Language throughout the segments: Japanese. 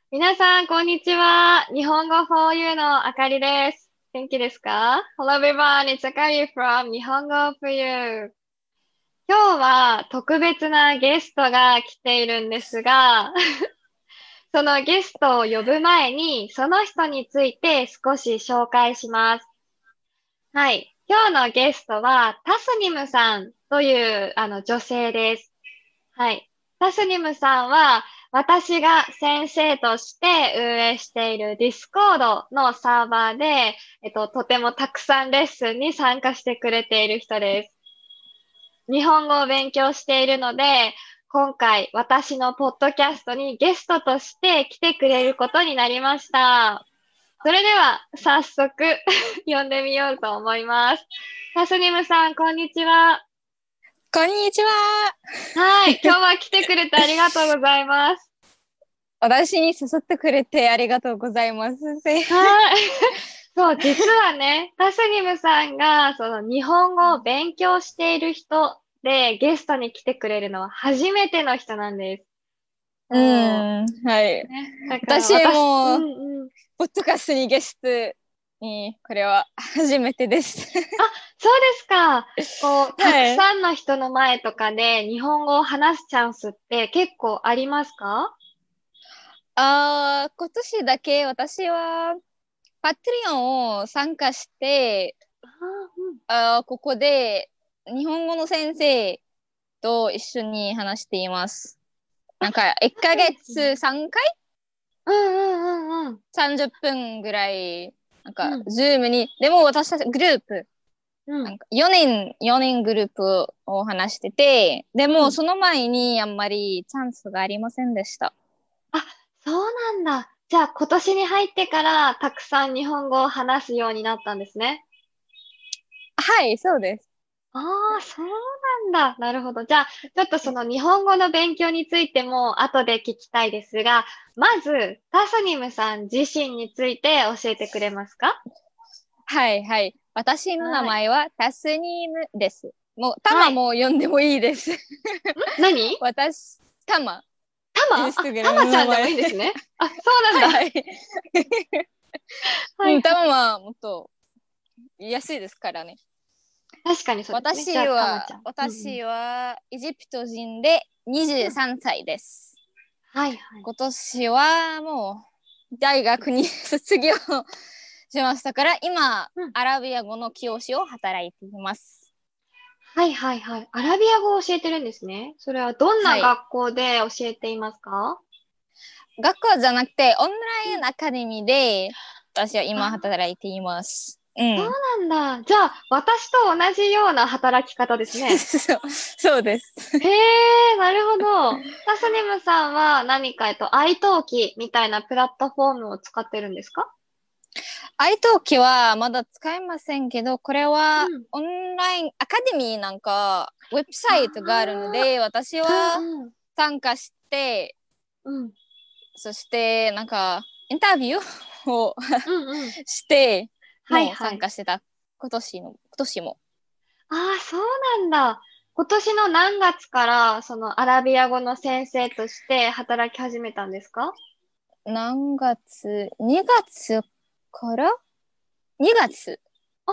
皆さん、こんにちは。日本語 for you のあかりです。元気ですか？ Hello everyone, it's Akari from 日本語 for you。今日は特別なゲストが来ているんですが、そのゲストを呼ぶ前に、その人について少し紹介します。はい。今日のゲストは、タスニムさんという女性です。はい。タスニムさんは、私が先生として運営しているディスコードのサーバーで、とてもたくさんレッスンに参加してくれている人です。日本語を勉強しているので、今回私のポッドキャストにゲストとして来てくれることになりました。それでは早速呼んでみようと思います。タスニムさん、こんにちは。 こんにちは。 はい、今日は来てくれてありがとうございます。 私に誘ってくれてありがとうございます。 はい。そう、実はね、タスニムさんが、その日本語を勉強している人でゲストに来てくれるのは初めての人なんです。そはい。 う。ね。だから私私、うも、 んうん。 ポッドキャストにゲストに、これは初めてです。 あ、そうですか。こう、たくはい。 さんの人の前とかで日本語を話すチャンスって結構ありますか？ 今年だけ私は、パトリオンを参加して、 あー、うん。 ここで日本語の先生と一緒に話しています。なんか、1 そうなんヶですね。 月3回うんうんうんうん。 30分ぐらい、なんか、 うん。 ズームに、でも私たちグループ、 うん。 なんか4人グループを話してて、でうん。 もその前にあんまりチャンスがありませんでした。 あ、そうなんだ。じゃあ今年に入ってからたくさん日本語を話すようになったんですね。 はい、そうです。 ああ、そうなんだ。なるほど。じゃあ、ちょっとその日本語の勉強についても後で聞きたいですが、まず、タスニムさん自身について教えてくれますか？ はい、はい。私の名はい。 前はタスニームです。もう、タマはい。 も呼んでもいいです。 何？ タマ、 タマ？あ、 インスタグラムタマちゃんでもの名前。 いいんですね。あ、そうなんはい、 だ。 はい。 はいタマはい。 はもっと安いですからね。 確かにそうですね。じゃあ、タマちゃん。うんうん。 私はエジプト人で23 うん。 歳です。 はいはい。 今年はもう大学に卒業しましたから、今、 うん。 アラビア語の教師を働いています。 はいはいはい。アラビア語を教えてるんですね。それはどんなはい。 学校で教えていますか？ 学校じゃなくて、オンラうん。 インアカデミーで、私は今あ、 働いています。うそうん。 なんだ。じゃあ、私と同じような働き方ですね。 そうです。 へえ、なるほど。タスニムさんは何か、iTalki みたいなプラットフォームを使ってるんですか？ 愛登記はまだ使えませんけど、これはうん。 オンラインアカデミーなんか、ウェブサイトがあるのあで、私あ、 はうんうん。 参加して、 うん。 そしてなんかインタビューをうんうん。 して、もうはいはい。 参加してた。今年も。 ああ、そうなんだ。今年の何月からそのアラビア語の先生として働き始めたんですか？ 何月？ 2 月から ?2 月。 あ、 うん。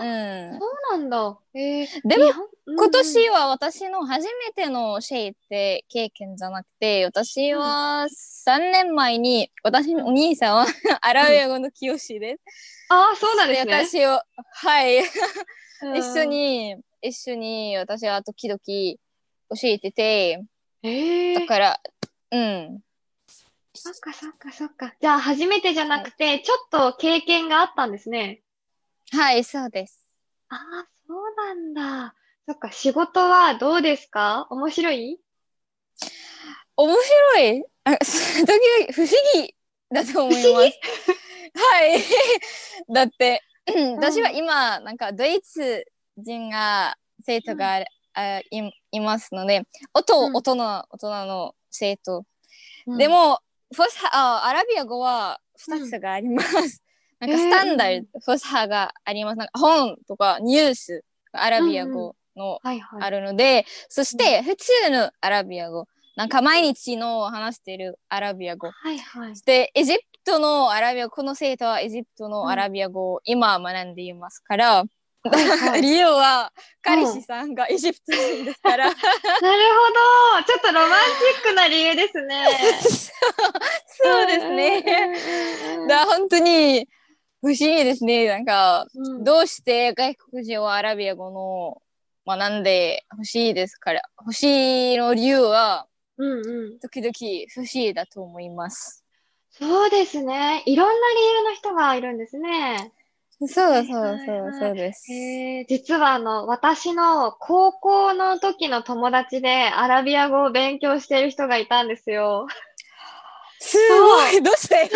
そうなんだ。 でも、 日本、うんうん。 今年は私の初めてのシェイって経験じゃなくて、私うん、 は3年前に、私のおうん、 兄さんはアラうん。 ビア語の教師です。 ああ、そうなんでそしてすね。 私を、はい、 う一緒ん。 に、一緒に私は時々教えてて、 ええ、 だから、うん。 そっかそっかそっか。じゃあ、初めてじゃなはい、 くて、ちょっと経験があったんですね。 はい、そうです。 ああ、そうなんだ。そっか、仕事はどうですか？面白い？ 面白い。時々不思議だと不思議？ 思います。はい。だって、 う私はん、 今、なんかドイツ人が、生うん、 徒がいますので、 うん、 大人の生徒。 うん、 でも、アラビア語は2 うん。 つがあります。なんかスタうん、うん、 ンダード、フォスハがあります。なんか本とかニュースがアラビアうん、うん。 語のはいはい。 あるので、そしうん、 て普通のアラビア語。 なんか毎日の話してるアラビア語。 はいはい。 で、エジプトのアラビア語、この生徒はエジプトのアラビア語を今学んでいますから、 はいはい。 理由は彼氏さんがエジプト人ですから。 なるほど。ちょっとロマンチックな理由ですね。 そうですね。本当に不思議ですね。なんか、どうして外国人はアラビア語の学んでほしいですから、欲しいの理由は、時々不思議だと思います。 そうですね。いろんな理由の人がいるんですね。 そうです。 実は私の高校の時の友達でアラビア語を勉強している人がいたんですよ。 すごい、どうしていや、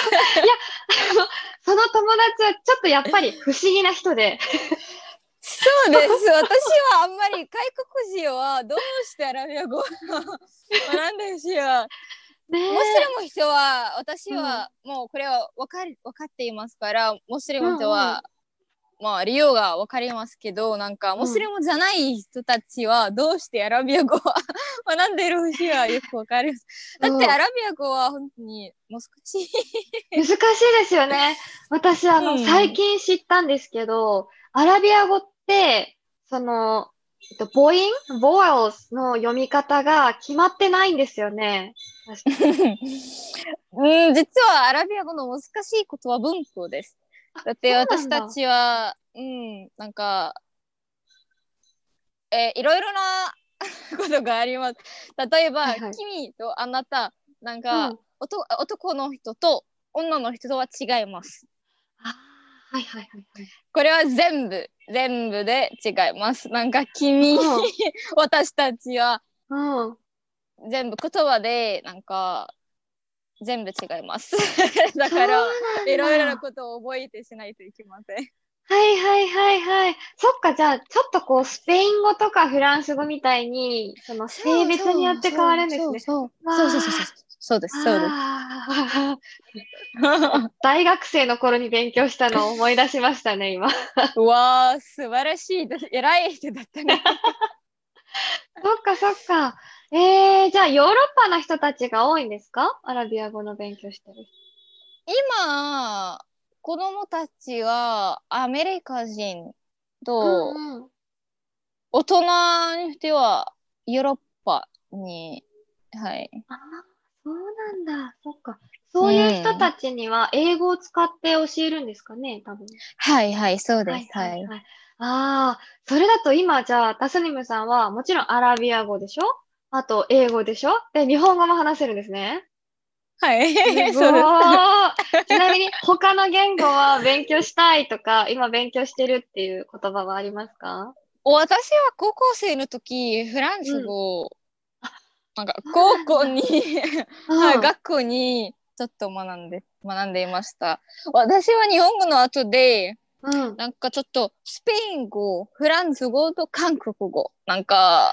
その友達はちょっとやっぱり不思議な人で。 そうです。私はあんまり外国人はどうしてアラビア語を学んでほしいわ。モスリム人は、私はもうこれは分かっていますから、モスリム人は、まあ理由が分かりますけど、なんかモスリムじゃない人たちはどうしてアラビア語を学んでいる節はよく分かります。だってアラビア語は本当に難しい。 難しいですよね。私最近知ったんですけど、アラビア語って、母音ボワルズの読み方が決まってないんですよね。 実はアラビア語の難しいことは文法です。だって私たちは、なんか、いろいろなことがあります。例えば、君とあなた、なんか、男の人と女の人とは違います。これは全部で違います。なんか君、私たちは、全部言葉で、なんか、全部違います。だから、いろいろなことを覚えてしないといけません。 そっか、じゃあ、ちょっとこう、スペイン語とかフランス語みたいに、その性別によって変わるんですね。 そうです。 大学生の頃に勉強したのを思い出しましたね、今。 うわー、素晴らしい。偉い人だったね。 そっかそっか。じゃあヨーロッパの人たちが多いんですか？アラビア語の勉強してる人。 今、子供たちはアメリカ人と、大人にしてはヨーロッパに、はい。 そうなんだ。そっか。そういう人たちには英語を使って教えるんですかね、多分。 そうです。 それだと今、じゃあ、タスニムさんは、もちろんアラビア語でしょ？あと、英語でしょ？で、日本語も話せるんですね。 そうです。 ちなみに、他の言語は勉強したいとか、今勉強してるっていう言葉はありますか？ 私は高校生の時、フランス語、なんか高校に学校にちょっと学んでいました。私は日本語の後で、なんかちょっとスペイン語、フランス語と韓国語、なんか、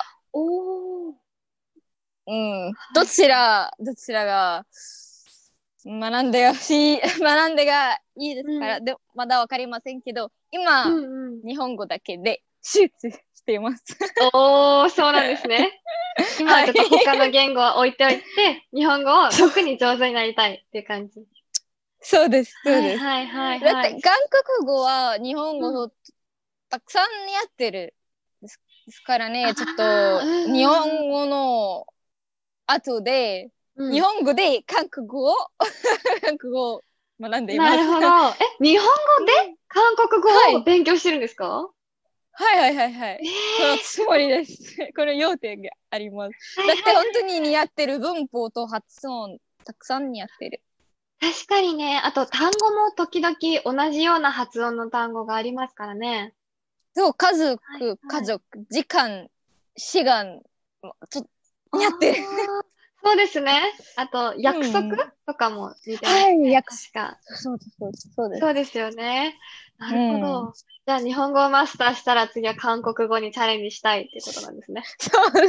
どちらが学んでがいいですから、でまだわかりませんけど、今、日本語だけで集中しています。 そうなんですね。今はちょっと他の言語は置いておいて、日本語を特に上手になりたいっていう感じ。 そうです。だって韓国語は日本語とたくさんやってるですからね、ちょっと日本語の後で、日本語で韓国語を学んでいます。 なるほど。日本語で韓国語を勉強してるんですか？ このつもりです。この要点があります。だって本当に似合ってる文法と発音、たくさん似合ってる。 確かにね。あと単語も時々同じような発音の単語がありますからね。 そう、家族、時間、志願、ちょっと似合ってる。 そうですね。あと、約束とかも似てますね。確か。そうですよね。なるほど。じゃあ、日本語をマスターしたら次は韓国語にチャレンジしたいってことなんですね。 そうです。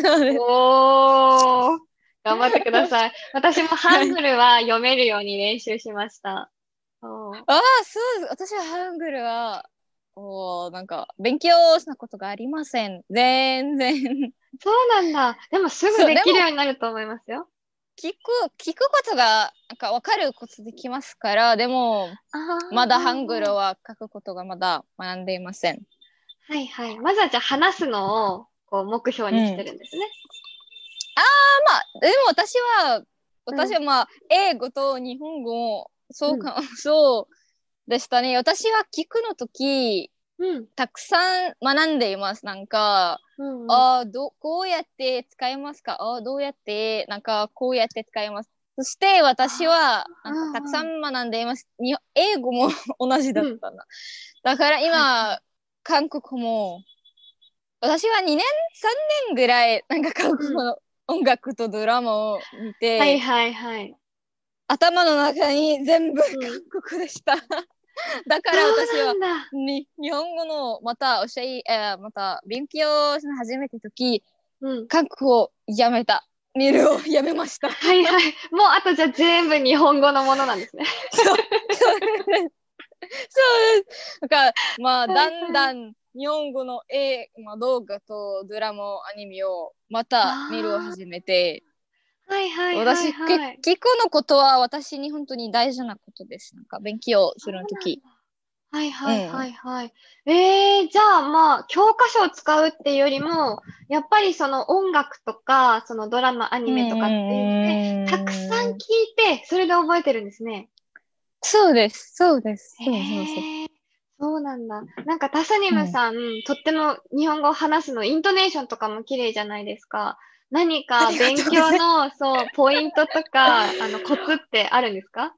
頑張ってください。私もハングルは読めるように練習しました。 そうです。私はハングルはなんか勉強したことがありません。全然。 そうなんだ。でもすぐそう、でもできるようになると思いますよ。 聞くことがなんか分かることできますから、でもあまだハングルあ、 は書くことがまだ学んでいません。 はいはい。まずはじゃあ話すのをこう目標にしてうん。 るんですね。 まあでも私はうん。 まあ英語と日本語もうん。 そうでしたね。私は聞くの時うん。 たくさん学んでいます。なんか、 うんうん。 こうやって使いますか、どうやって、なんか、こうやって使います。そして私あは、 あ、 なんか、たくさうんうん。 ん学んでいます。英語も同じだうん。 ったな。だから今、 はいはい。 韓国語も、私は2年、3年ぐらい、なんか韓うん。 国語の音楽とドラマを見て、 はいはいはい。 頭の中に全部韓うん。 国でした。だかそうら私はなんだ。 日本語のまた勉強し始めた時、 うん。 韓国をやめた。見るをやめました。 はいはい。もうあとじゃあ全部日本語のものなんですね。 そう、そうです。そうです。だから、まあ、 はいだんはい。 だん日本語の動画とドラマ、アニメをまた見るをあ始めて、 あ、はいはいはい私、 はい。 聞くのことは私に本当に大事なことです。なんか勉強するとき。 そうなんだ。はいはいはうん。 いはい。じゃあまあ、教科書を使うっていうよりも、やっぱりその音楽とか、そのドラマ、アニうんメとかっていうので、たくさん聞いうんうん。 て、それで覚えてるんですね。 そうです。そうです。そうそうそう。 へえ、そうなんだ。なんかタスニうん。 ムさん、とっても日本語を話すの、イントネーションとかも綺麗じゃないですか。何かありがと勉うございます。 強の、そう、ポイントとか、コツってあるんですか？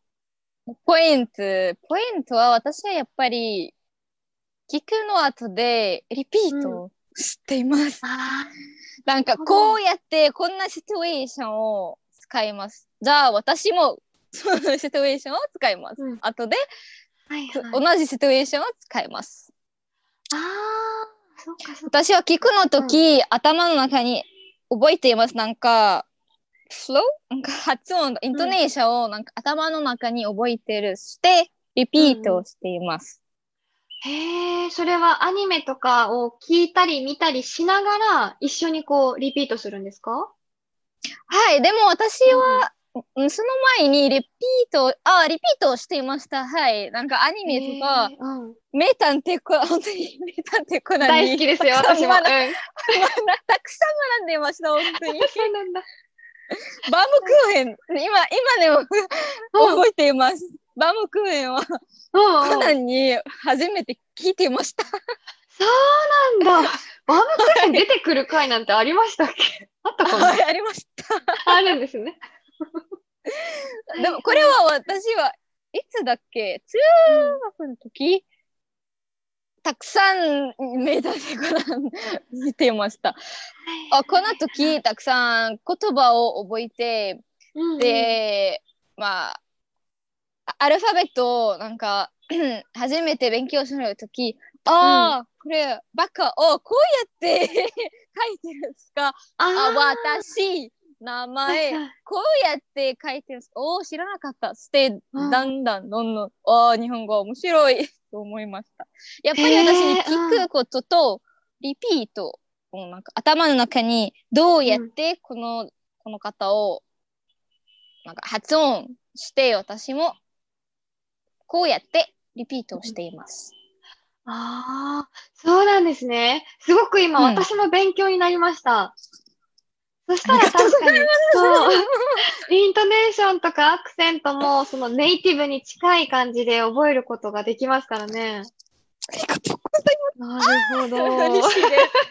ポイントは私はやっぱり聞くの後でリピーうん。 トしています。 ああ、 なんかなるほど。 こうやってこんなシチュエーションを使います。じゃあ私もそのシチュエーションを使います。 うん。 後ではいはい。 同じシチュエーションを使います。 ああ、そっかそっか私は聞くのそっか。うん。 時頭の中に覚えています。なんかフローなんか発音、インうん。 トネーションをなんか頭の中に覚えてるして、リピーうんうん。 トをしています。 へえ、それはアニメとかを聞いたり見たりしながら、一緒にこう、リピートするんですか？ はい、でも私うん。 は、その前にリピートをしていました。はい。なんかアニへメとか、 え、うん。 本当に名探偵コナンに大好きですよ、 たくさん私も。うん。 たくさん学んでいました、本当に。 そうなんだ。 バームクーヘン、今でもうん。 覚えています。バームクーヘンはコうんうん。 ナンに初めて聞いていました。 そうなんだ。バームクーヘンはい。 出てくる回なんてありましたっけ？あったかな？ はい、ありました。 あるんですね。はでもこれいはい。 は私はいつだっけ、中うん。 学の時たくさん名探偵コナン見ていました。 はいこのはいはい。 時たくさん言葉を覚えて、 うんうん。 で、まあ、アルファベットをなんか初めて勉強するとき、 うん。 これ、バカをこうやって書いてるんですか？ ああ、 私、名前、 はいはい。 こうやって書いてるんです。知らなかった。して、だうん。 んだん、どんどん、日本語面白いと思いました。やっへぱり私にえ、 聞うん。 くことと、リピート、もうなんか頭の中にどうやっうん。 てこの方をなんか発音して私もこうやってリピートをしています。 ああ、そうなんですね。すごく今うん。 私も勉強になりました。そしたらありがとうござい確かに、そう、 ます。 イントネーションとかアクセントも、そのネイティブに近い感じで覚えることができますからね。 ありがとうございなるほます。 ど。 嬉しいです。本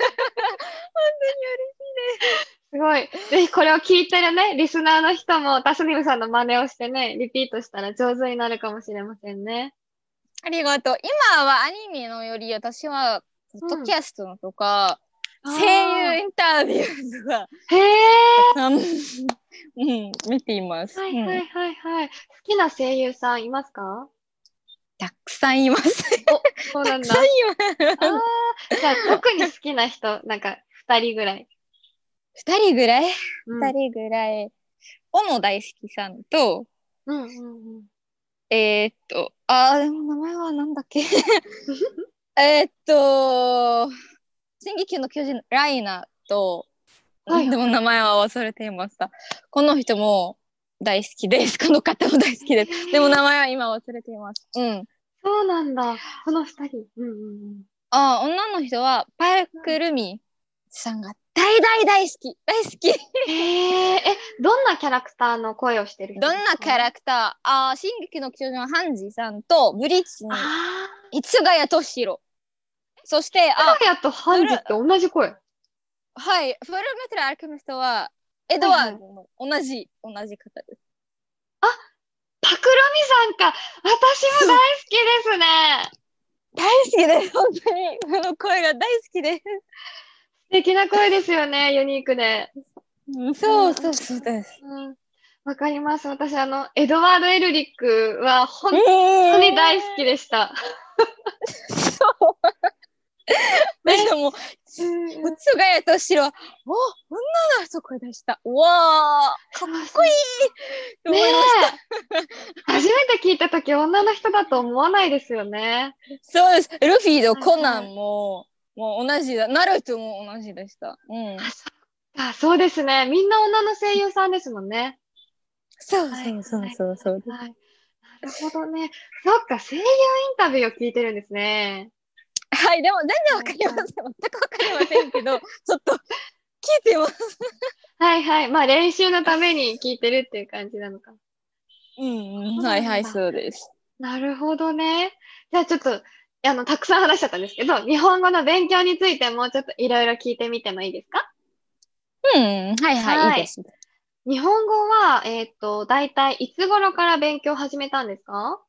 すごい。ぜひこれを聞いてるね、リスナーの人もタスニムさんの真似をしてね、リピートしたら上手になるかもしれませんね。 当にありがとう。今はアニメのより私は、ポッドうん。 キャストのとか、声優ああ、 インタビューとか、 へえ。 たくさん、見ています。うん。 はいはいはいはい。好きな声優さんいますか？ たくさんいます。 お、そうたくさんなんだ。ああ、 います。 じゃあ特に好きな人、なんか二人ぐらい。 二人ぐらいうん。 二人ぐらい。小野大輔さんと、 うんうんうん。 でも名前はなんだっけ進撃の巨人ライナーと、 はいでも名前は忘れていました。この人も大好きです。この方も大好きです。でも名前は今忘れています。うん。 そうなんだ。その二人。うんうんうん。 女の人はパルクルミさんが大大大好き。大好き。 どんなキャラクターの声をしてる人どんですか？ なキャラクター進撃の巨人はハンジさんと、ブリッジにあ市ヶ谷敏郎。そして、 ー、サヤとハンジって同じ声。 はい、フルメタルアルケミストは、エドワードの同じ方です。 あ、パクロミさんか。私も大好きですね。 大好きです。本当に。この声が大好きです。 素敵な声ですよね。ユニークで。 そうです。 わかります。私、エドワード・エルリックは本当に大好きでした。 そう。でも、市ヶ谷敏郎は、女の人声でした。うわー、かっこいいと思いました。 初めて聞いたとき、女の人だと思わないですよね。 そうです。ルフィとコナンも、もう同じだ。ナルトも同じでした。 そうですね。みんな女の声優さんですもんね。 そう。 なるほどね。そっか、声優インタビューを聞いてるんですね。 はい、でも全然わかりません。全くわかりませんけど、ちょっと聞いてます。 はいはい。まあ練習のために聞いてるっていう感じなのか。 はい、そうです。 なるほどね。じゃあちょっと、たくさん話しちゃったんですけど、日本語の勉強についてもうちょっといろいろ聞いてみてもいいですか？ いいです。 日本語は、だいたいいつ頃から勉強始めたんですか？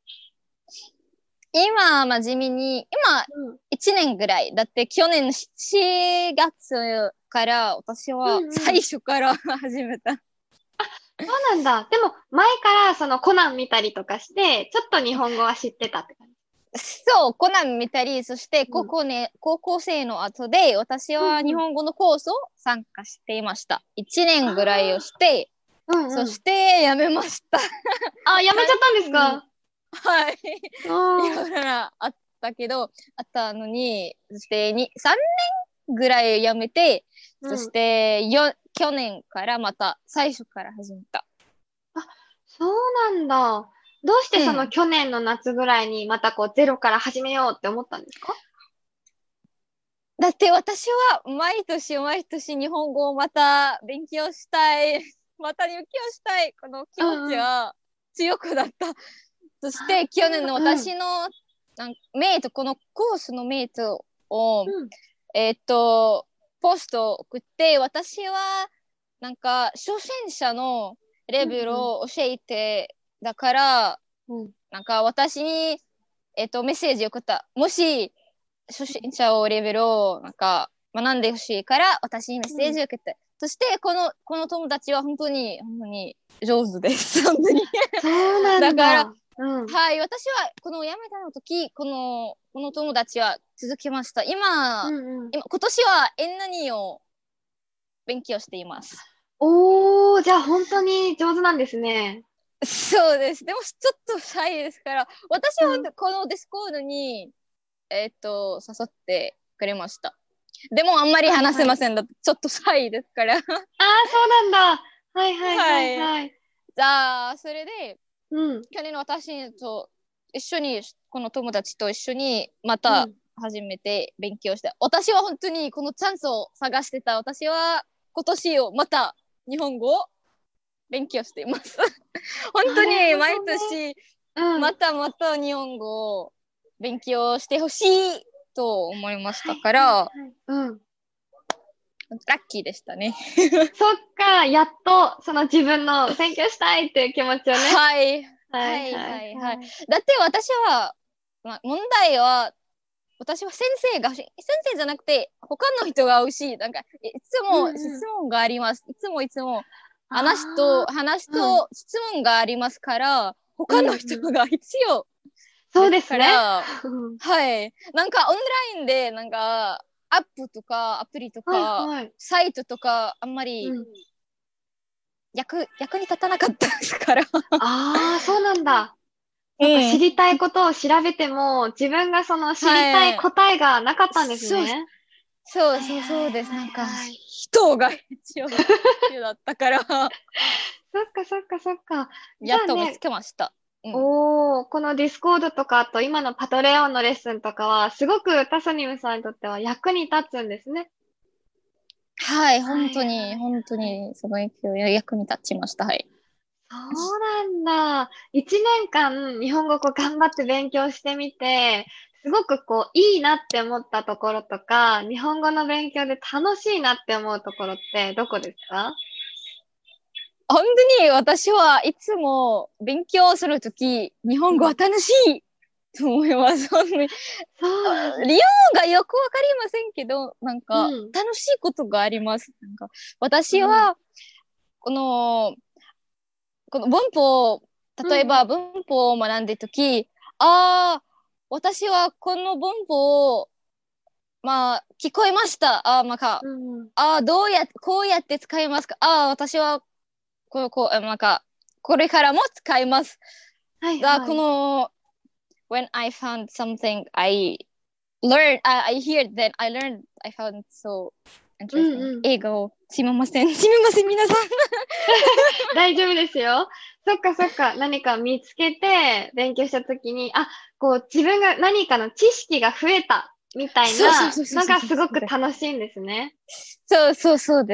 今、真面目に、1年ぐらい。だって去年の7月から私は最初から始めた。 そうなんだ。でも、前からそのコナン見たりとかして、ちょっと日本語は知ってたって感じ。 そう、コナン見たり、そして高校生の後で私は日本語のコースを参加していました。1年ぐらいをして、そして辞めました。 あ、辞めちゃったんですか？ はい。いろいろなあったのに、そして3年ぐらい辞めて、そして去年からまた最初から始めた。 あ、そうなんだ。どうしてその去年の夏ぐらいにまたこうゼロから始めようって思ったんですか？ だって私は毎年日本語をまた勉強したい、また勉強したい、この気持ちは強くなった。そして去年の私のこのコースのメイトを、ポストを送って、私はなんか初心者のレベルを教えて、だから、なんか私に、メッセージを送った。もし初心者をレベルをなんか学んでほしいから私にメッセージを受けて、そしてこの友達は本当に上手です。本当に。 そうなんだ。 だから、はい、私はこの辞めたの時この友達は続きました。今年はN2を勉強しています。 じゃあ本当に上手なんですね。 そうです。でもちょっとシャイですから、私はこのディスコードに誘ってくれました。でもあんまり話せません。ちょっとシャイですから。 そうなんだ。はい。 じゃあ、それで、去年の私と一緒に、この友達と一緒にまた始めて勉強して、私は本当にこのチャンスを探してた。私は今年をまた日本語を勉強しています。本当に毎年、また日本語を勉強してほしいと思いましたから、ラッキーでしたね。 そっか、やっとその自分の勉強したいっていう気持ちをね。 はい。だって私は、問題は、私は先生じゃなくて、他の人が欲しい。なんか、いつも質問があります。いつも話と質問がありますから、他の人が必要。 そうですね。 はい。なんかオンラインで、なんか、アップとかアプリとか、サイトとかあんまり役に立たなかったですから。 そうなんだ。 なんか知りたいことを調べても、自分がその知りたい答えがなかったんですね。 そうです。なんか、人が必要だったから。そっか。 やっと見つけました。 このディスコードとか、あと今のパトレオンのレッスンとかは、すごくタソニムさんにとっては役に立つんですね。 はい、本当に、すごい役に立ちました。はい。 そうなんだ。1年間日本語頑張って勉強してみて、すごくいいなって思ったところとか、日本語の勉強で楽しいなって思うところってどこですか？ 本当に私はいつも勉強するとき、日本語は楽しいと思います。理由がよくわかりませんけど、なんか楽しいことがあります。なんか私は、この文法、例えば文法を学んでるとき、私はこの文法を、聞こえました。こうやって使いますか。私は、これからも使います。この、when I found something I learned, I hear that I learned, I found so interesting. 英語、すみません、皆さん。 大丈夫ですよ。そっか。何か見つけて勉強したときに、自分が何かの知識が増えたみたいなのがすごく楽しいんですね。 そうです。そう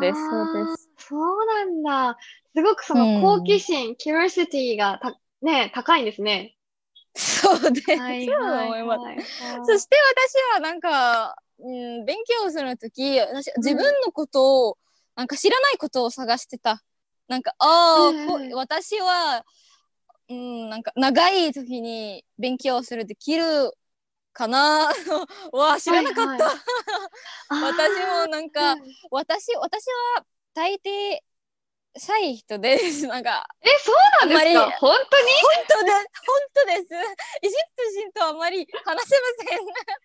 なんだ。すごくその好奇心、curiosity が高いんですね。 そうです。そう思います。そして私はなんか、勉強するとき、自分のことを、なんか知らないことを探してた。なんか、私は、なんか長い時に勉強するできるかな知らなかった。私もなんか、私は大抵、シャイ人です。なんか。 そうなんですか？本当に？ 本当です。エジプト人とあまり話せません。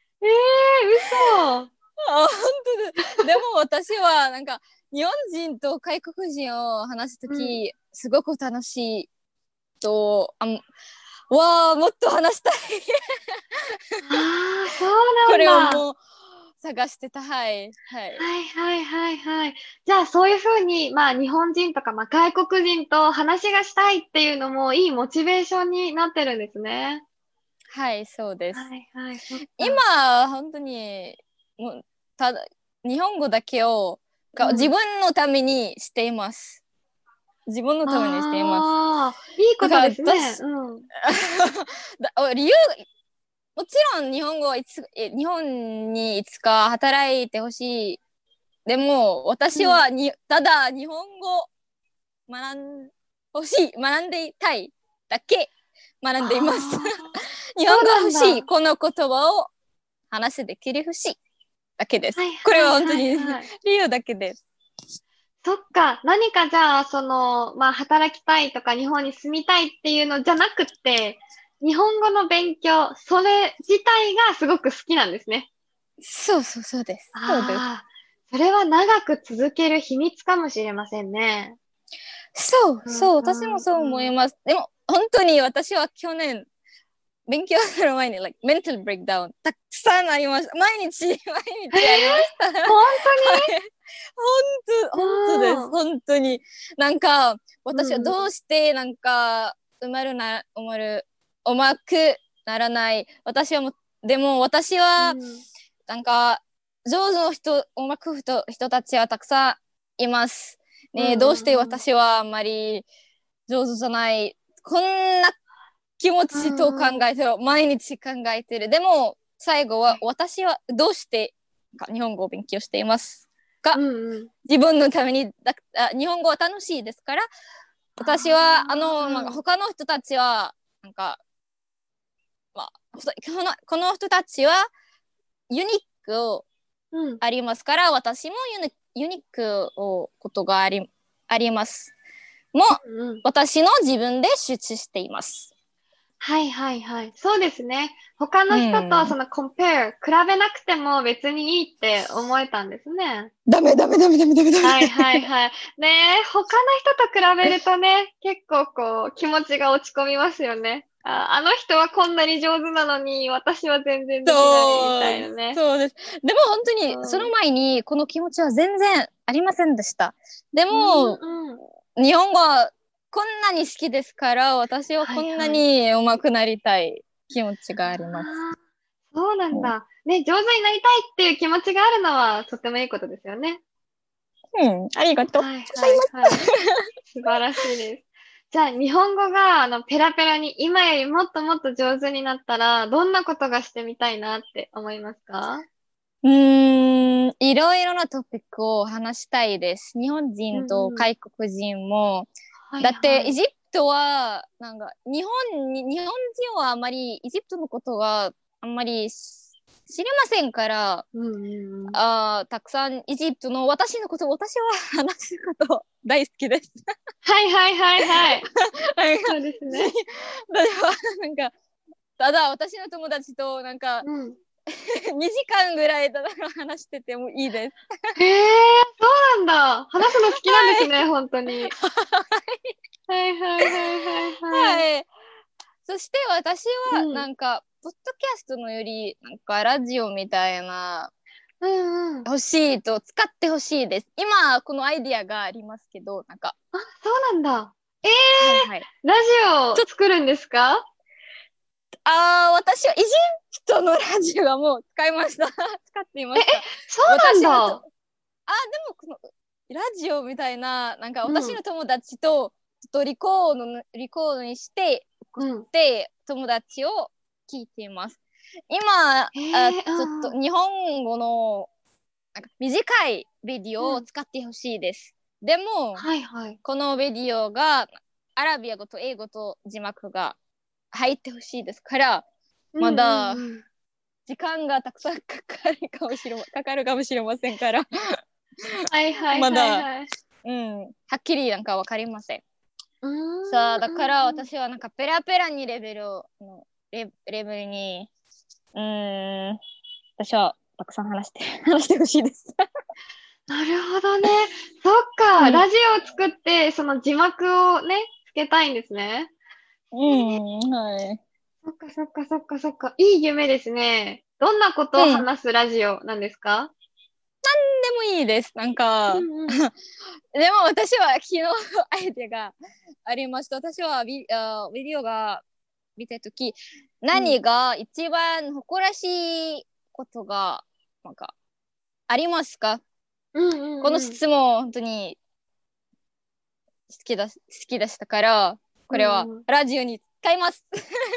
嘘。 本当です。でも私はなんか日本人と外国人を話すとき、すごく楽しいと、もっと話したい。 そうなんだ。 これをもう探してた。はい。 じゃあそういうふうに、日本人とか、外国人と話がしたいっていうのもいいモチベーションになってるんですね。 はい、そうです。今、本当に、ただ、日本語だけを、自分のためにしています。自分のためにしています。 いいことですね。 理由、もちろん日本にいつか働いてほしい。でも、私はただ日本語学んでいたいだけ学んでいます。日本語欲しい。この言葉を話せできる欲しいだけです。これは本当に理由だけです。 そっか。何かじゃあ、働きたいとか日本に住みたいっていうのじゃなくて、日本語の勉強、それ自体がすごく好きなんですね。 そうです。そうです。 それは長く続ける秘密かもしれませんね。 私もそう思います。でも、本当に私は去年、勉強する前に、メンタルブレイクダウンたくさんありました。毎日ありました。 本当に？ 本当です。本当に。なんか、私はどうして、なんか、うまくならない。でも私は、なんか、上手のうまく人たちはたくさんいます。ね、どうして私はあんまり上手じゃない。こんな気持ちと考えてる。毎日考えてる。でも、最後は、私はどうして日本語を勉強していますか？自分のために日本語は楽しいですから、私は、他の人たちは、なんか、この人たちは、ユニークをありますから、私もユニークをことがありますも、私の自分で集中しています。 そうですね。他の人と比べなくても別にいいって思えたんですね。 ダメ。ね、他の人と比べるとね、結構気持ちが落ち込みますよね。 あの人はこんなに上手なのに、私は全然できないみたいなね。 そうです。でも本当に、その前にこの気持ちは全然ありませんでした。でも、日本語はこんなに好きですから、私はこんなに上手くなりたい気持ちがあります。 そうなんだ。ね、上手になりたいっていう気持ちがあるのはとってもいいことですよね。 ありがとう。 はいはいはい。素晴らしいです。じゃあ、日本語がペラペラに今よりもっともっと上手になったら、どんなことがしてみたいなって思いますか？ いろいろなトピックを話したいです。日本人と外国人も。だってエジプトはなんか日本人はあまりエジプトのことがあんまり知りませんから、たくさんエジプトの私は話すこと大好きです。 はいはいはいはい。そうですね。 なんかただ私の友達となんか、2時間ぐらい話しててもいいです。 そうなんだ。話すの好きなんですね、本当に。はいはいはいはいはい。 そして私はなんか、ポッドキャストのよりなんかラジオみたいな欲しいと使ってほしいです。今このアイディアがありますけど、なんか。 あ、そうなんだ。ラジオ作るんですか？ 私はエジプトのラジオはもう使いました。使っていました。 そうなんだ。 でもこのラジオみたいな、なんか私の友達とちょっとリコードにして送って友達を聞いています。今、ちょっと日本語のなんか短いビデオを使ってほしいです。でも、このビデオがアラビア語と英語と字幕が入ってほしいですから、まだ時間がたくさんかかるかもしれませんからまだはっきりなんかわかりません。さあだから私はなんかペラペラにレベルに私はたくさん話してほしいですなるほどね。そっか、ラジオを作ってその字幕をねつけたいんですね。 はい。 そっかそっかそっかそっか。いい夢ですね。どんなことを話すラジオなんですか？ なんでもいいです。なんか、でも私は昨日アイデアがありました。私はビデオが見たとき、何が一番誇らしいことがなんかありますか？この質問本当に好きでしたから、これはラジオに使います。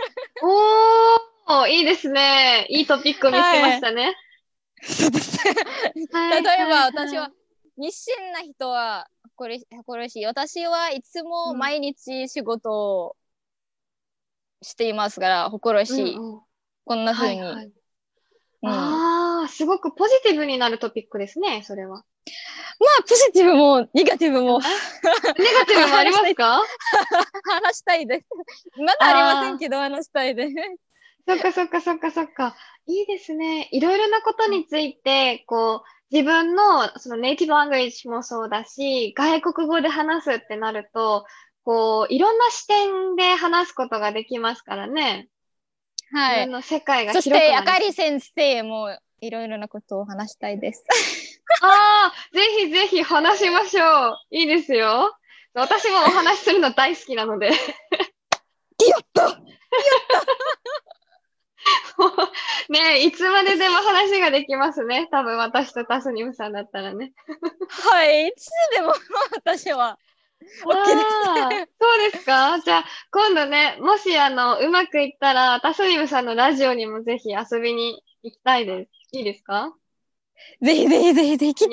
おー、いいですね。いいトピックを見つけましたね。 そうです。例えば私は熱心な人は誇らしい。私はいつも毎日仕事をしていますから誇らしい。こんな風に。 すごくポジティブになるトピックですね、それは。 まあ、ポジティブもネガティブも。 ネガティブもありますか？ 話したいです。まだありませんけど、話したいです。 そっかそっかそっかそっか。いいですね。いろいろなことについて、こう、自分のそのネイティブラングエッジもそうだし、外国語で話すってなると、こう、いろんな視点で話すことができますからね。 はい。 自分の世界がそ広くなる。 して、あかり先生もいろいろなことを話したいです。 ぜひぜひ話しましょう。いいですよ。私もお話しするの大好きなので。やったねえ、いつまででも話ができますね。多分私とタスニムさんだったらね。 はい、いつでも私は。 そうですか？じゃあ、今度ね、もしうまくいったら、タスニムさんのラジオにもぜひ遊びに行きたいです。いいですか？ ぜひぜひぜひぜひ、きっと。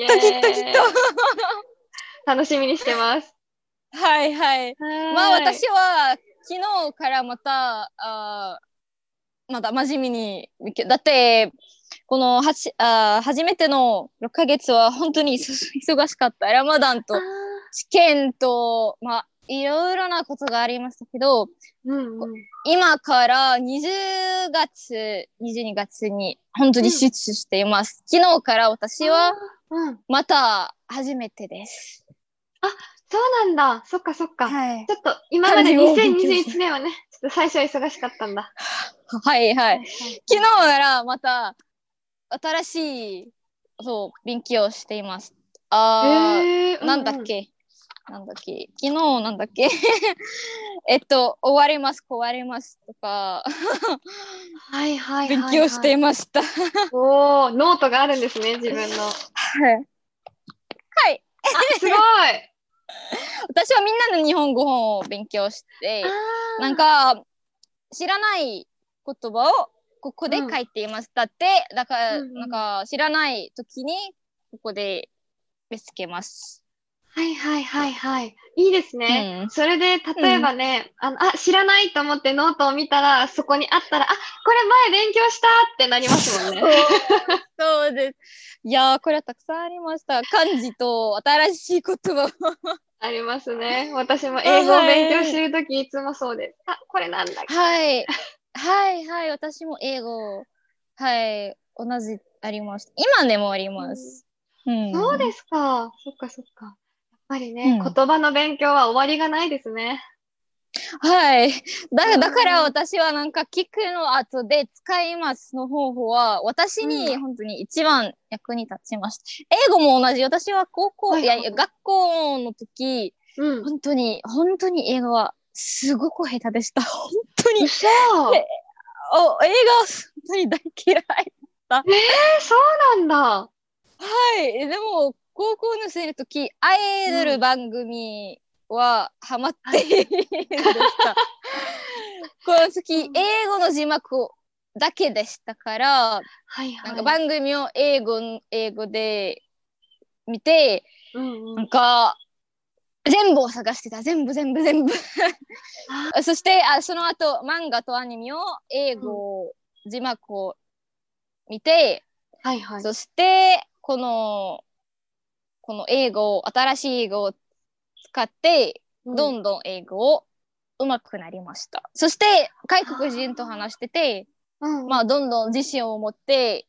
楽しみにしてます。 はいはい。まあ私は昨日からまた、まだ真面目に、だってこの初めての6ヶ月は本当に忙しかった。ラマダンと試験と、まあいろいろなことがありましたけど、今から20月、22月に本当に集中しています。昨日から私はまた初めてです。 そうなんだ。そっかそっか。ちょっと今まで2021年はね、 ちょっと最初は忙しかったんだ。 はいははいい。昨日ならまた新しいそう勉強しています。なんだっけ昨日なんだっけ終わります壊れますとかはいはい勉強していはいはい。 ました。 おー、ノートがあるんですね、自分の。 はい。 あ、すごい。 私はみんなの日本語本を勉強しあて、なんー。 か知らない言葉をここでうん。 書いています。だって、だかうんら、なんうん。 か知らない時にここで見つけます。 はいはいはいはい。いいですね。 うん。 それで、例えうん。 ばね、知らないと思ってノートを見たら、そこにあったら、これ前勉強したってなりますもんね。 そうです。いやー、これはたくさんありました。漢字と新しい言葉。 ありますね。私もあ、 英語を勉強はい。 してるときいつもそうです。これなんだっけ。 はい。はいはい。私も英語、はい。同じあります。今でもありうん、 ます。うん。 そうですか。そっかそっか。やっぱりね、 うん。 言葉の勉強は終わりがないですね。 はい。 うだからん。 私はなんか聞くの後で使いますの方法は私うん。 に本当に一番役に立ちました。英語も同じ。私ははいはい。 学校の時、 うん。 本当に英語はすごく下手でした。本当に。 嘘。 え映画は本当に大嫌いだった。 そうなんだ。 はい。でも、高校の生の時、アイドうん。 ル番組はハマっはい。 ていでした。この時、 うん。 英語の字幕だけでしたから、 はいなんかはい。 番組を英語で見て、なんうんうん。 か、全部を探してた。全部。 あそして、その後、漫画とアニメを英ー、うん。 語字幕を見て、 はいはい。 そして、この新しい英語を使って、 うん。 どんどん英語を上手くなりました。そして、外国人とあ話してて、 あ、うんまあ、 うん。 どんどん自信を持って、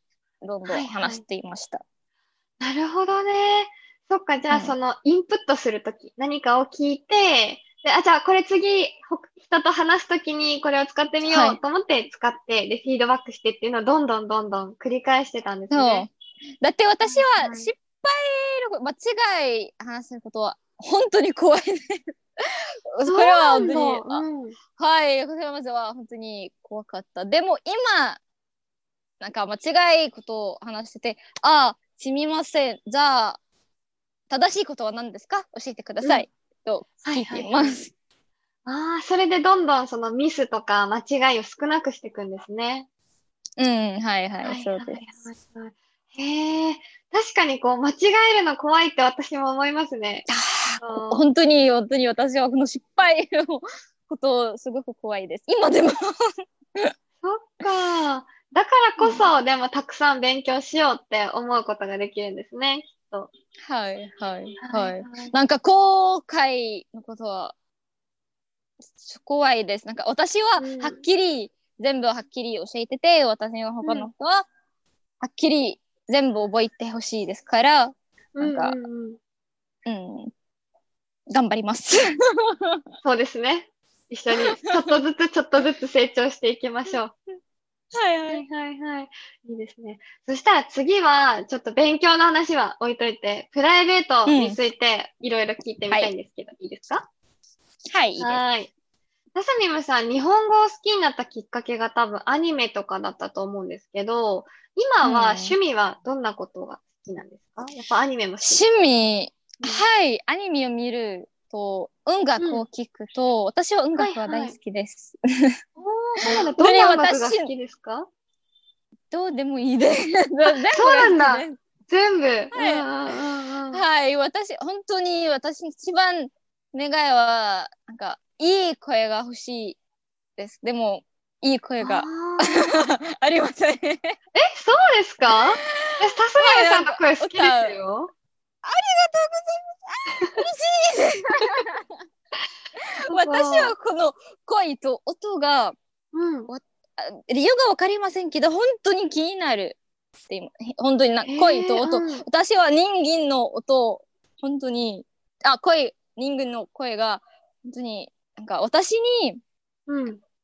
どんどんはいはい。 話していました。 なるほどね。そっか、じゃあ、 うん。 その、インプットするとき、何かを聞いて、で、じゃあ、これ次、人と話すときにこれを使ってみはい。 ようと思って使って、で、フィードバックしてっていうのをどんどんどんどん繰り返してたんですね。 そう。だって私はいはい。 は失敗の、間違い話すことは本当に怖いです。 そこれはうなんだ。 本当に、 うん。 はい、これはまずは本当に怖かった。でも今、なんか間違いことを話してて、すみません。じゃあ、正しいことは何ですか教えてくだうん。 さい。とはい聞いてはいはい。 います。 ああ、それでどんどんそのミスとか間違いを少なくしていくんですね。 うん、はいはい、 はいそうはいはです。 いはい。へえ、確かにこう間違えるの怖いって私も思いますね。 本当に、本当に私はこの失敗のことすごく怖いです。今でも。 そっか。だからこそ、でもたくさん勉強しようって思うことができるんですね、きっと。 はいはいはいはい。 はい。 なんか後悔のことは怖いです。なんか私ははっうん。 きり全部はっきり教えてて、私の他のうん。 人ははっきり全部覚えてほしいですから、 うんうなんか、 んうん。 うん、頑張ります。 そうですね。一緒に、ちょっとずつちょっとずつ成長していきましょう。 はいはい。 はいはいはい。いいですね。そしたら次は、ちょっと勉強の話は置いといて、プライベートにうん。 ついていろいろ聞いてみはい。 たいんですけど、いいですか？ はい、いいです。 はーい。タサニムさん、日本語を好きになったきっかけが多分アニメとかだったと思うんですけど、今は趣うん。 味はどんなことが好きなんですか？やっぱアニメも好きです趣か？ 味、 うん。 はい、アニメを見ると、音楽をうん。 聴くと、私は音楽は大好はいはい。 きです。 おー、そうなんだ。 それどんな音楽が私、 好きですか？ どうでもいいです。全部あ、そがうなんだ。 好きです。 全部。うんうはい。 んうんうん。 はい、本当に私一番願いは、なんか、いい声が欲しいです。でも、いい声あがあ。 ありません。はい、 そうですか？私、タスニムさんのなんか、 声好きです歌う。 よ。 ありがとうございます。嬉しい。 そう私そう。 はこの声と音が、 うん。 わ理由がわかりませんけど、本当に気になるって今、本当に声へえ、 と音。 うん。 私は人間の音、本当に、人間の声が、本当に、なんか私にうん。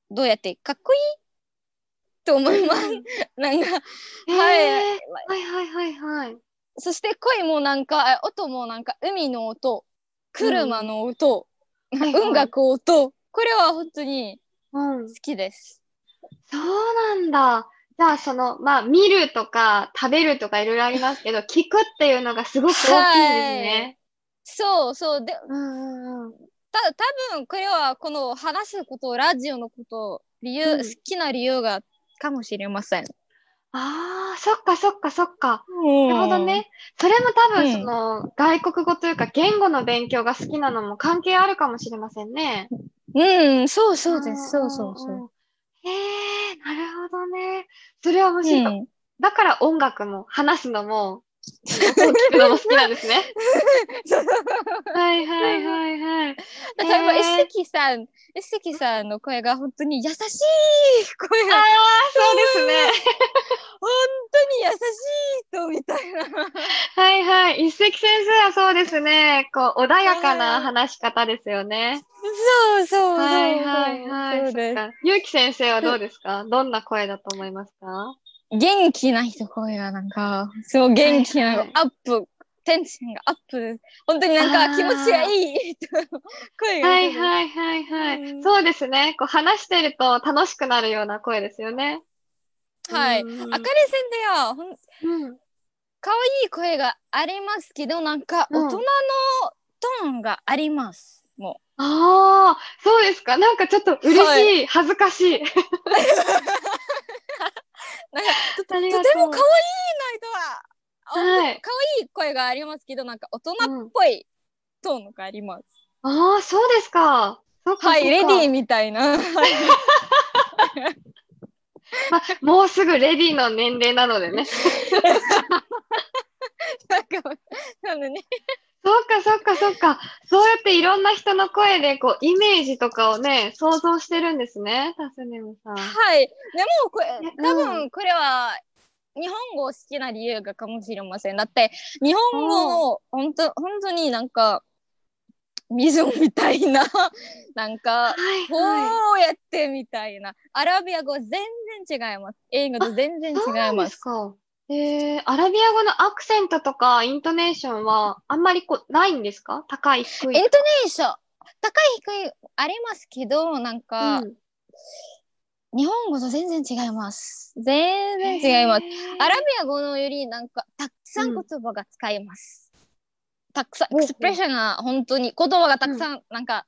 どうやってかっこいいと思います。なんか、はい。 はいはいはいはい。 そして声もなんか、音もなんか海の音、車の音、音楽音、これは本当に好きです。 そうなんだ。じゃあまあ見るとか食べるとかいろいろありますけど、聞くっていうのがすごく大きいんですね。 そうそう。で、多分これはこの話すこと、ラジオのこと、好きな理由がかもしれません。 ああ、そっかそっかそっか。なるほどね。それも多分外国語というか言語の勉強が好きなのも関係あるかもしれませんね。 そうそうです。そうそうそう。 へえ、なるほどね。それは面白い。だから音楽も話すのも音を聞くのも好きなんですね。はいはいはいはい。 例えば、一石さんの声が本当に優しい声が。 ああ、そうですね。 本当に優しい人みたいな。 はいはい。一石先生はそうですね。穏やかな話し方ですよね。 そうそうそう。 はいはいはい。そっか。ゆうき先生はどうですか？どんな声だと思いますか？ 元気な人声がなんか、そう元気な、アップ、テンションがアップです。本当になんか気持ちがいい声が。 はいはいはいはい。そうですね。話してると楽しくなるような声ですよね。 はい。あかり先生は、可愛い声がありますけど、なんか大人のトーンがあります。もう。 ああ、そうですか。なんかちょっと嬉しい、恥ずかしい。 なんかとても可愛いな人は、可愛い声がありますけど、なんか大人っぽいトーンがあります。 ああ、そうですか。 はい、レディーみたいな。 もうすぐレディーの年齢なのでね。 なのね。 そっかそっかそっか。そうやっていろんな人の声でイメージとかをね、想像してるんですね、タスネムさん。 はい。でも多分これは日本語を好きな理由がかもしれません。だって日本語の本当になんか水みたいななんか、こうやってみたいな。アラビア語全然違います。英語と全然違います。そうなんですか。アラビア語のアクセントとかイントネーションはあんまりないんですか？高い低い。 イントネーション高い低いありますけど、なんか、日本語と全然違います。全然違います。アラビア語のよりなんかたくさん言葉が使います。たくさんエクスプレッションが本当に言葉がたくさん、なんか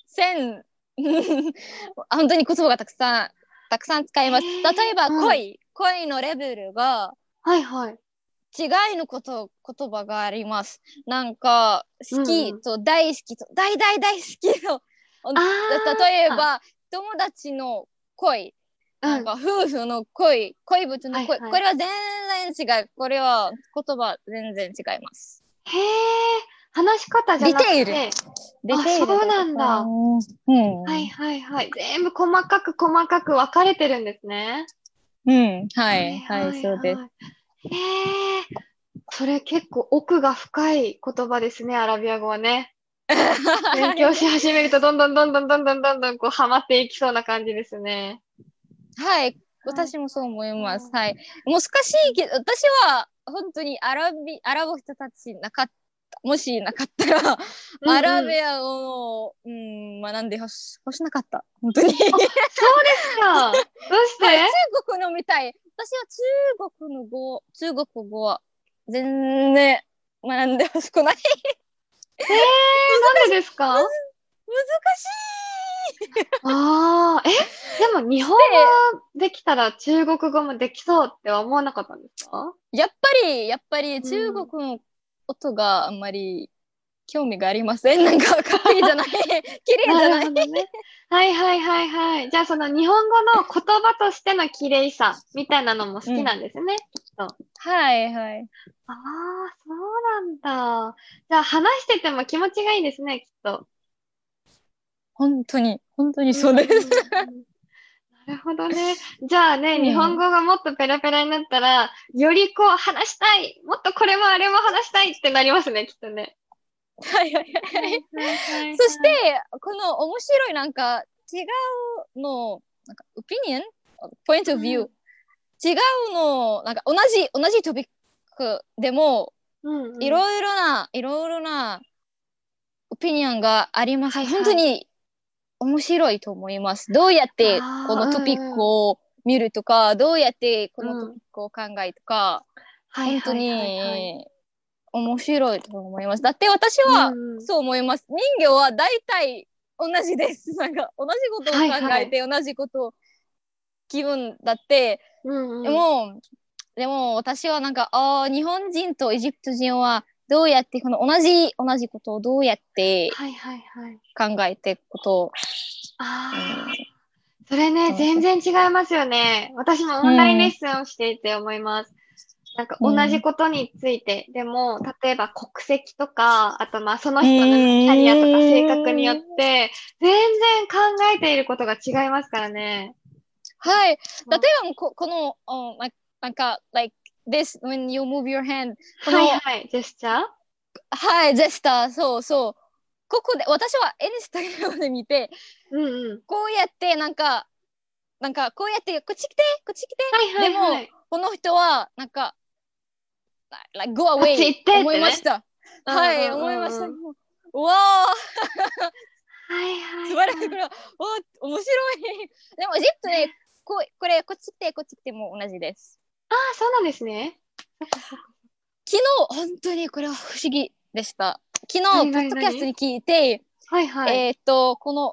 本当に言葉がたくさん使います。例えば恋のレベルが違いの言葉があります。なんか好きと大好きと大大大好きと例えば友達の恋、なんか夫婦の恋物の恋、これは全然違う。これは言葉全然違います。 へえ、話し方じゃなくて。ディテール。そうなんだ。はいはいはい。全部細かく分かれてるんですね。 はいはいそうです。 へえ、それ結構奥が深い言葉ですね、アラビア語はね。勉強し始めるとどんどんハマっていきそうな感じですね。 はい、私もそう思います。はい。難しいけど、私は本当にアラブ人たちもしなかったら、アラビア語を、学んでほしなかった。本当に。そうですか。どうして、 中国のみたい。私は中国語は全然学んでほしくない。 なんでですか？ 難しい。 でも日本語できたら中国語もできそうっては思わなかったんですか？ やっぱり中国の音があんまり興味がありません。なんかかっこいいじゃない。綺麗じゃない。 はいはいはいはい。じゃあその日本語の言葉としての綺麗さみたいなのも好きなんですね、きっと。 はいはい。 ああ、そうなんだ。じゃあ話してても気持ちがいいですね、きっと。 本当にそうです。 なるほどね。じゃあね、日本語がもっとペラペラになったら、より話したい、もっとこれもあれも話したいってなりますね、きっとね。 はいはいはい。そして、この面白いなんか違うの、 なんかオピニオン、ポイントオブビュー、違うの、なんか同じトピックでも、いろいろなオピニオンがあります。本当に面白いと思います。どうやってこのトピックを見るとか、どうやってこのトピックを考えとか、本当に面白いと思います。だって私はそう思います。人魚は大体同じです。なんか同じことを考えて、同じことを気分だって、でも私はなんか日本人とエジプト人はどうやってこの同じことをどうやって考えていくことを、 それね、全然違いますよね。私もオンラインレッスンをしていて思います。なんか同じことについて、でも例えば国籍とか、あとまあその人のキャリアとか性格によって全然考えていることが違いますからね。 はい。例えばこのなんか like this when you move your hand、 ジェスチャー、 はい、ジェスター、そうここで私はインスタグラムで見て、こうやってなんかこうやってこっち来て、でもこの人はなんかlike go away 思いました。はい、思いました。うわー、素晴らしい。これは面白い。でもエジプトね、これこっち来ても同じです。 そうなんですね。 昨日本当にこれは不思議でした。昨日ポッドキャストに聞いて、この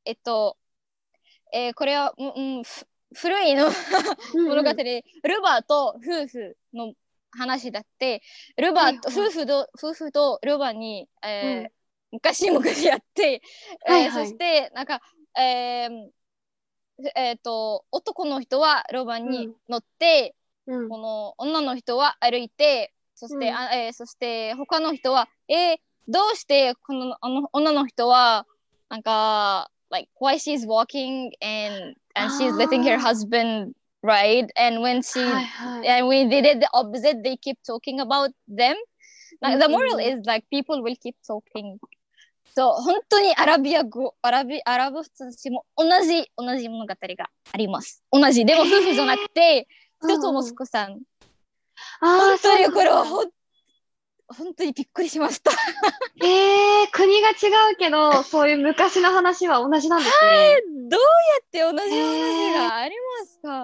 これは、古いの物語、ルバと夫婦の話だって、ルバと、夫婦とルバに、昔やって、そしてなんか、男の人はルバに乗って、この女の人は歩いて、そして他の人はどうしてこの女の人はなんかlike why she's walking and she's letting her husband ride, and when and when they did the opposite they keep talking about them. Like, the moral is like people will keep talking. そう、本当にアラブ人たちも同じ物語があります。同じ。でも夫婦じゃなくて人と息子さん。本当にこれは本当にびっくりしました。 国が違うけど、そういう昔の話は同じなんですね。 はい、どうやって同じ話がありますか？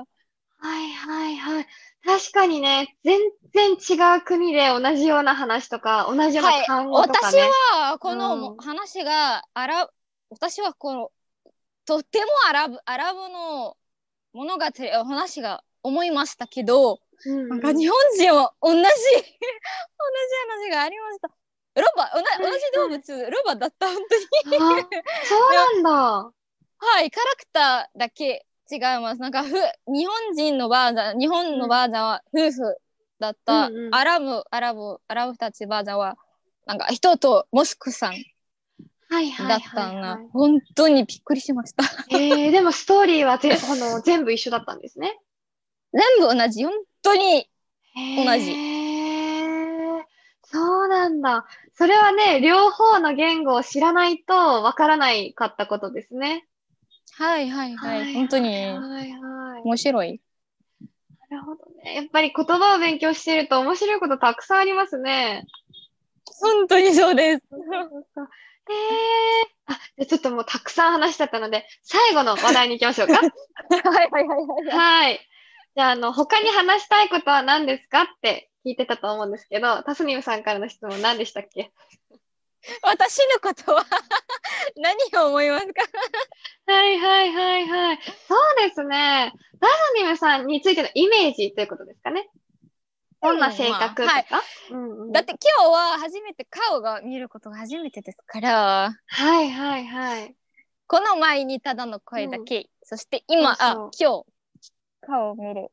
確かにね、全然違う国で同じような話とか、同じような単語とかね。 私はこの話が私はこのとってもアラブの物語話が思いましたけど、なんか日本人は同じ話がありました。同じ動物、ロバだった、本当に。 そうなんだ。 はい、キャラクターだけ違います。なんか日本のバージョンは夫婦だった。アラブたちバージョンはなんか人とモスクさんだったな。本当にびっくりしました。 でもストーリーは全部一緒だったんですね。 全部同じ、本当に同じ。 そうなんだ。それはね、両方の言語を知らないとわからないかったことですね。 本当に面白い。 なるほどね。やっぱり言葉を勉強していると面白いことたくさんありますね。 本当にそうです。 じゃちょっともうたくさん話しちゃったので、最後の話題に行きましょうか。はい。じゃあ、他に話したいことは何ですかって聞いてたと思うんですけど、タスニムさんからの質問何でしたっけ？ 私のことは何を思いますか？ そうですね。タスニムさんについてのイメージということですかね。どんな性格とか、 だって今日は初めて顔が見ることが初めてですから。この前にただの声だけ、そして今今日顔を見る。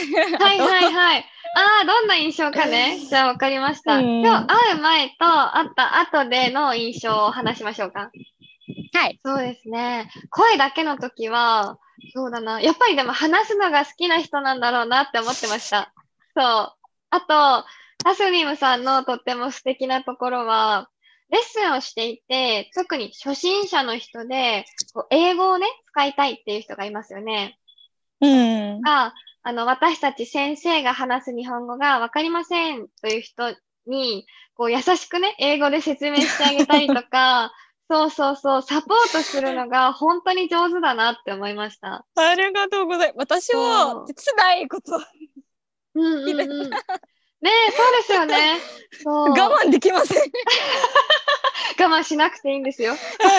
どんな印象かね。じゃあ分かりました。今日会う前と会った後での印象を話しましょうか。そうですね。声だけの時は、そうだな。やっぱりでも話すのが好きな人なんだろうなって思ってました。そう。あと、タスニムさんのとっても素敵なところは、 レッスンをしていて、特に初心者の人で、こう英語をね、使いたいっていう人がいますよね。 うん。 が、私たち先生が話す日本語がわかりませんという人に、こう優しくね、英語で説明してあげたりとか、そうそうそう、サポートするのが本当に上手だなって思いました。 ありがとうございます。私は手伝いこと。 うんうんうん。ねえ、そうですよね。そう。 我慢できません。 我慢しなくていいんですよ。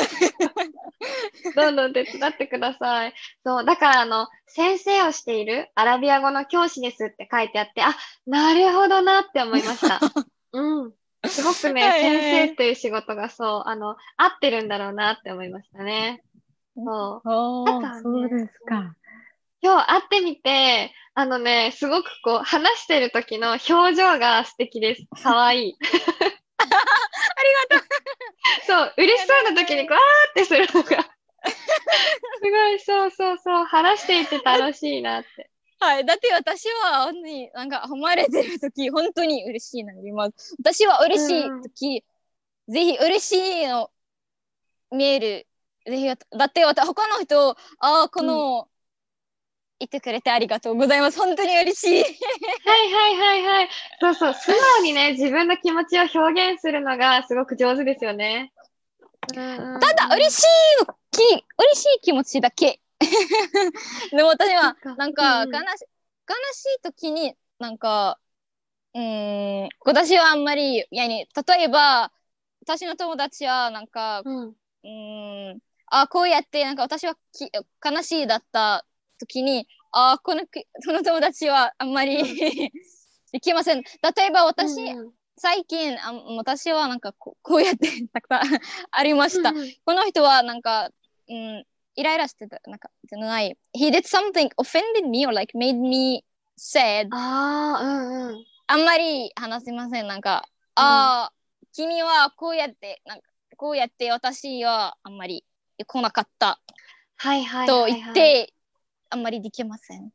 どんどん手伝ってください。そう、だから先生をしているアラビア語の教師ですって書いてあって、あ、なるほどなって思いました。うん。すごくね、先生っていう仕事がそう、合ってるんだろうなって思いましたね。そう。あとはね、 そうですか。 今日会ってみて、すごくこう、話してる時の表情が素敵です。かわいい。 ありがとう。 そう、嬉しそうな時にわーってするのがすごい、そうそうそう、話していて楽しいなって。 はい、だって私はなんか褒められてる時本当に嬉しいなります。私は嬉しい時、ぜひ嬉しいの見える。ぜひだって他の人この、言ってくれてありがとうございます。本当に嬉しい。 はいはいはいはい。そうそう、素直にね、自分の気持ちを表現するのがすごく上手ですよね。 ただ嬉しい気持ちだけ。でも私はなんか悲しい時になんか私はあんまり例えば私の友達はなんかこうやってなんか私は悲しいだった時にその友達はあんまりできません。例えば最近私はなんかこうやってたくさんありました。この人はなんか、イライラしてたなんかじゃない。He did something offended me or like made me sad. あんまり話せません。なんか君はこうやって私はあんまり来なかったと言ってあんまりできません。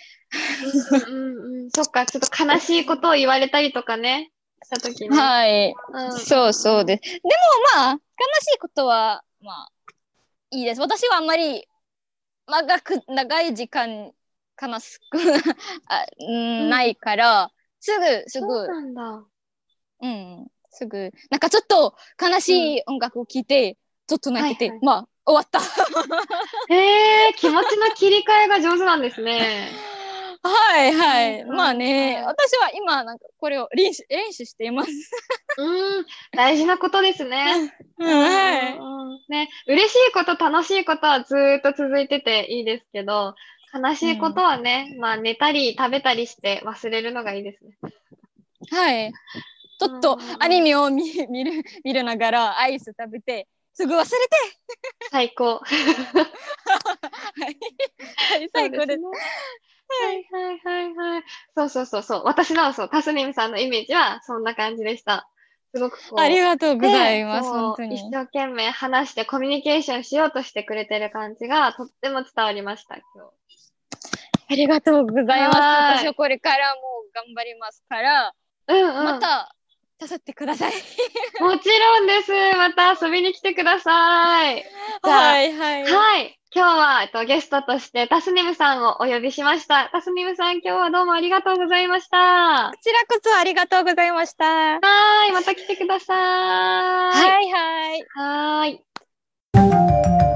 そっか、ちょっと悲しいことを言われたりとかね、したときね。 はい、そうです。でもまあ、悲しいことは、まあ、いいです。私はあんまり長い時間悲しくないから、すぐ、 そうなんだ。 すぐ、なんかちょっと悲しい音楽を聴いて、ちょっと泣けて、まあ、終わった。 気持ちの切り替えが上手なんですね。 はいはい。まあね、私は今なんかこれを練習しています。 大事なことですね。ね、嬉しいこと、楽しいことはずーっと続いてていいですけど、悲しいことはね、まあ寝たり食べたりして忘れるのがいいですね。はい。 ちょっとアニメを見るながらアイス食べて、すぐ忘れて最高。はい、 最高です。 はいはいはいはい。そう。私のタスニムさんのイメージはそんな感じでした。すごくこう。 ありがとうございます。本当に。 一生懸命話してコミュニケーションしようとしてくれてる感じがとっても伝わりました、今日。 ありがとうございます。私はこれからも頑張りますから、また誘ってください。 もちろんです。また遊びに来てください。はい。今日は、ゲストとしてタスニムさんをお呼びしました。タスニムさん、今日はどうもありがとうございました。 こちらこそありがとうございました。 はい、また来てください。はい。